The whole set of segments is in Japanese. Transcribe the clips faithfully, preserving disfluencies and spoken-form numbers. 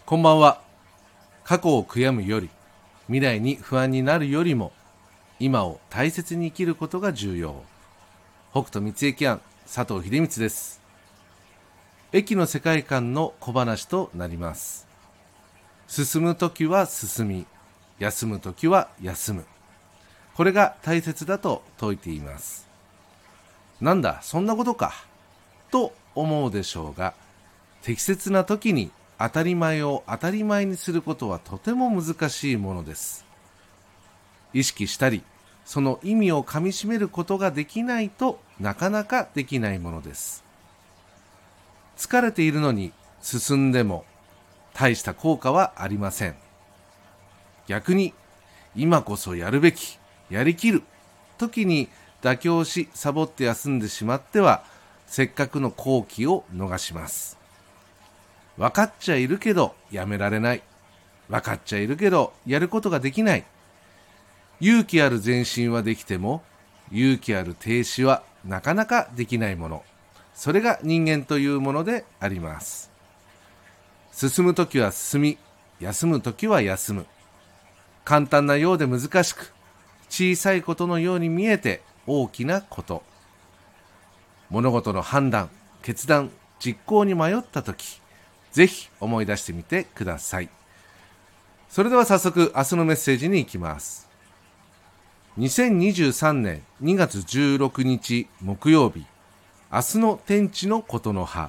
こんばんは。過去を悔やむより、未来に不安になるよりも、今を大切に生きることが重要。北斗三重庵佐藤秀光です。駅の世界観の小話となります。進むときは進み、休むときは休む。これが大切だと説いています。なんだ、そんなことか、と思うでしょうが、適切なときに当たり前を当たり前にすることはとても難しいものです。意識したり、その意味をかみしめることができないとなかなかできないものです。疲れているのに進んでも大した効果はありません。逆に今こそやるべき、やりきる時に妥協しサボって休んでしまってはせっかくの好機を逃します。分かっちゃいるけどやめられない。分かっちゃいるけどやることができない。勇気ある前進はできても勇気ある停止はなかなかできないもの。それが人間というものであります。進むときは進み、休むときは休む。簡単なようで難しく、小さいことのように見えて大きなこと。物事の判断、決断、実行に迷ったとき、ぜひ思い出してみてください。それでは早速明日のメッセージに行きます。にせんにじゅうさんねんにがつじゅうろくにち木曜日、明日の天地のことの葉。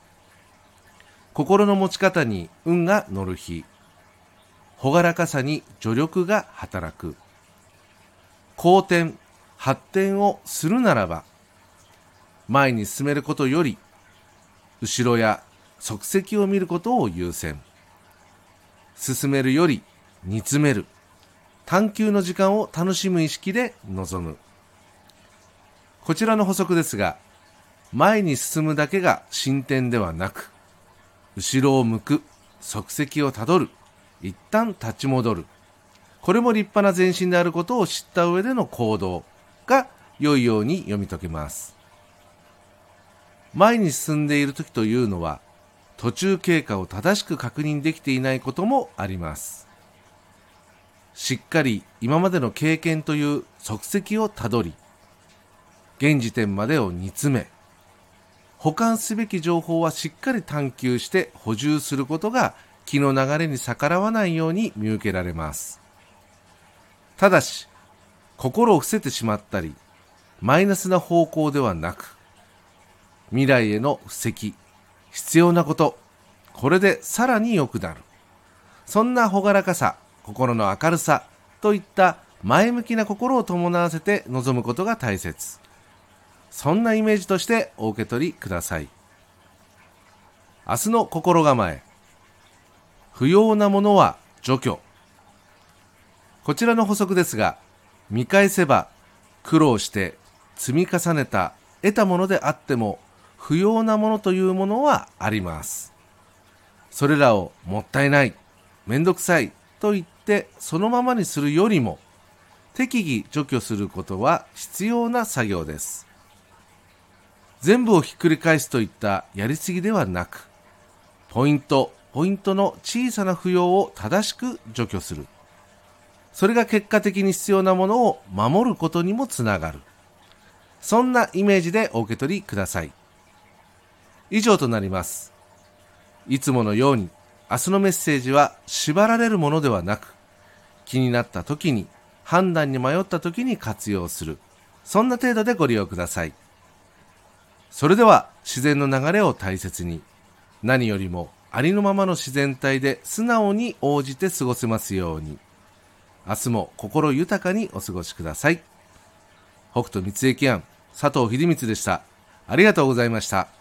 心の持ち方に運が乗る日。朗らかさに助力が働く。好転、発展をするならば、前に進めることより後ろや足跡を見ることを優先。進めるより煮詰める。探求の時間を楽しむ意識で臨む。こちらの補足ですが、前に進むだけが進展ではなく、後ろを向く、足跡をたどる、一旦立ち戻る。これも立派な前進であることを知った上での行動が良いように読み解けます。前に進んでいる時というのは、途中経過を正しく確認できていないこともあります。しっかり今までの経験という足跡をたどり、現時点までを煮詰め、保管すべき情報はしっかり探求して補充することが気の流れに逆らわないように見受けられます。ただし、心を伏せてしまったり、マイナスな方向ではなく、未来への布石、必要なこと、これでさらに良くなる。そんな朗らかさ、心の明るさといった前向きな心を伴わせて臨むことが大切。そんなイメージとしてお受け取りください。明日の心構え。不要なものは除去。こちらの補足ですが、見返せば苦労して積み重ねた得たものであっても不要なものというものはあります。それらをもったいない、めんどくさいと言ってそのままにするよりも、適宜除去することは必要な作業です。全部をひっくり返すといったやりすぎではなく、ポイント、ポイントの小さな不要を正しく除去する。それが結果的に必要なものを守ることにもつながる。そんなイメージでお受け取りください。以上となります。いつものように明日のメッセージは縛られるものではなく、気になった時に、判断に迷った時に活用する。そんな程度でご利用ください。それでは自然の流れを大切に、何よりもありのままの自然体で素直に応じて過ごせますように。明日も心豊かにお過ごしください。北斗三重庵佐藤秀光でした。ありがとうございました。